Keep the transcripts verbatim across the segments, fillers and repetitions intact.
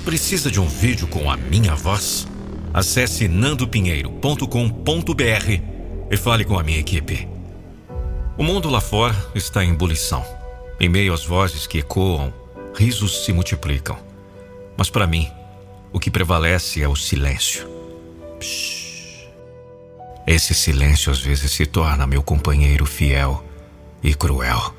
Precisa de um vídeo com a minha voz? Acesse nando pinheiro ponto com ponto b r e fale com a minha equipe. O mundo lá fora está em ebulição. Em meio às vozes que ecoam, risos se multiplicam. Mas para mim, o que prevalece é o silêncio. Psh. Esse silêncio às vezes se torna meu companheiro fiel e cruel.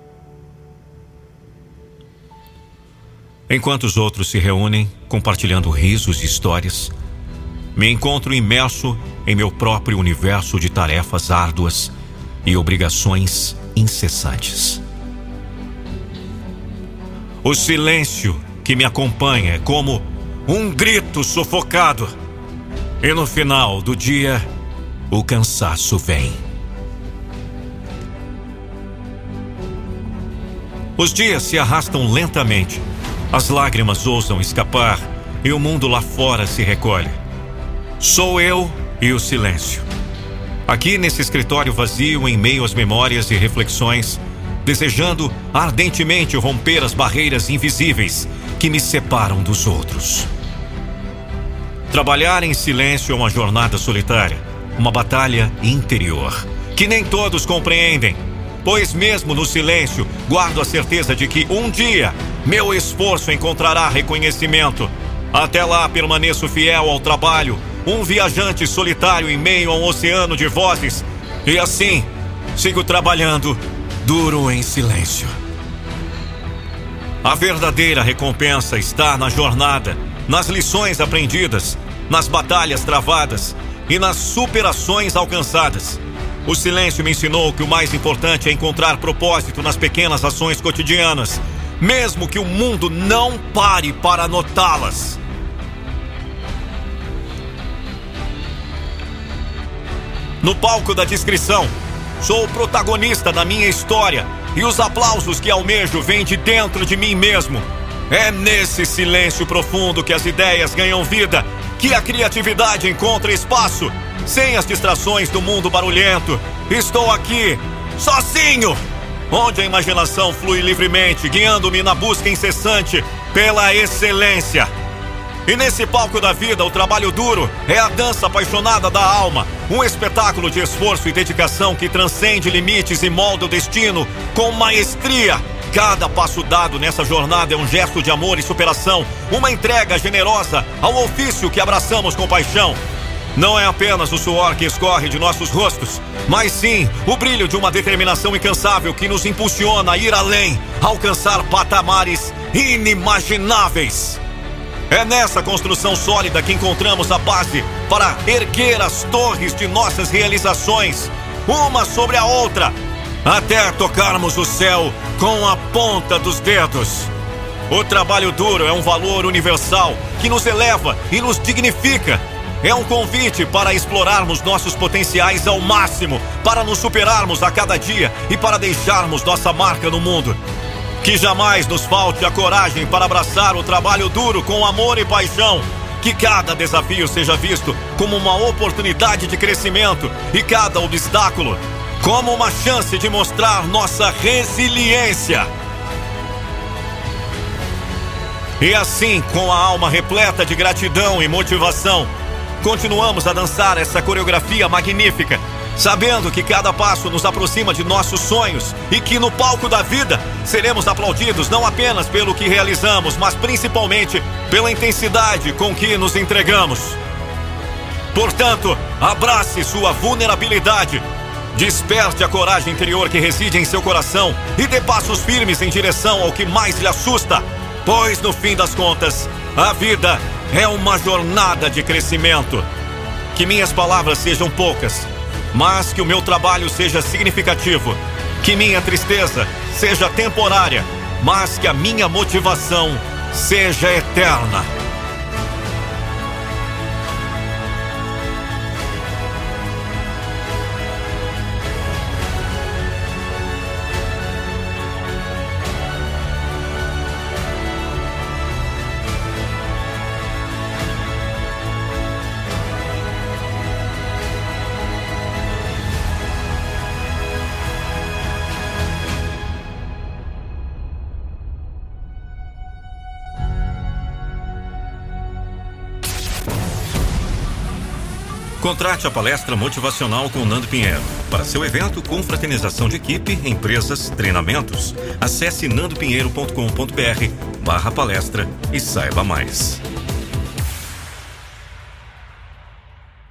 Enquanto os outros se reúnem, compartilhando risos e histórias, me encontro imerso em meu próprio universo de tarefas árduas e obrigações incessantes. O silêncio que me acompanha é como um grito sufocado. E no final do dia, o cansaço vem. Os dias se arrastam lentamente. As lágrimas ousam escapar e o mundo lá fora se recolhe. Sou eu e o silêncio. Aqui nesse escritório vazio, em meio às memórias e reflexões, desejando ardentemente romper as barreiras invisíveis que me separam dos outros. Trabalhar em silêncio é uma jornada solitária, uma batalha interior, que nem todos compreendem, pois mesmo no silêncio guardo a certeza de que um dia meu esforço encontrará reconhecimento. Até lá permaneço fiel ao trabalho, um viajante solitário em meio a um oceano de vozes, e assim sigo trabalhando duro em silêncio. A verdadeira recompensa está na jornada, nas lições aprendidas, nas batalhas travadas e nas superações alcançadas. O silêncio me ensinou que o mais importante é encontrar propósito nas pequenas ações cotidianas, mesmo que o mundo não pare para notá-las. No palco da descrição, sou o protagonista da minha história e os aplausos que almejo vêm de dentro de mim mesmo. É nesse silêncio profundo que as ideias ganham vida, que a criatividade encontra espaço. Sem as distrações do mundo barulhento, estou aqui, sozinho, onde a imaginação flui livremente, guiando-me na busca incessante pela excelência. E nesse palco da vida, o trabalho duro é a dança apaixonada da alma, um espetáculo de esforço e dedicação que transcende limites e molda o destino com maestria. Cada passo dado nessa jornada é um gesto de amor e superação, uma entrega generosa ao ofício que abraçamos com paixão. Não é apenas o suor que escorre de nossos rostos, mas sim o brilho de uma determinação incansável que nos impulsiona a ir além, a alcançar patamares inimagináveis. É nessa construção sólida que encontramos a base para erguer as torres de nossas realizações, uma sobre a outra, até tocarmos o céu com a ponta dos dedos. O trabalho duro é um valor universal que nos eleva e nos dignifica. É um convite para explorarmos nossos potenciais ao máximo, para nos superarmos a cada dia e para deixarmos nossa marca no mundo. Que jamais nos falte a coragem para abraçar o trabalho duro com amor e paixão. Que cada desafio seja visto como uma oportunidade de crescimento e cada obstáculo como uma chance de mostrar nossa resiliência. E assim, com a alma repleta de gratidão e motivação, continuamos a dançar essa coreografia magnífica, sabendo que cada passo nos aproxima de nossos sonhos e que no palco da vida seremos aplaudidos não apenas pelo que realizamos, mas principalmente pela intensidade com que nos entregamos. Portanto, abrace sua vulnerabilidade, desperte a coragem interior que reside em seu coração e dê passos firmes em direção ao que mais lhe assusta, pois no fim das contas, a vida é uma jornada de crescimento. Que minhas palavras sejam poucas, mas que o meu trabalho seja significativo. Que minha tristeza seja temporária, mas que a minha motivação seja eterna. Contrate a palestra motivacional com Nando Pinheiro. Para seu evento, confraternização de equipe, empresas, treinamentos, acesse nando pinheiro ponto com ponto br barra palestra e saiba mais.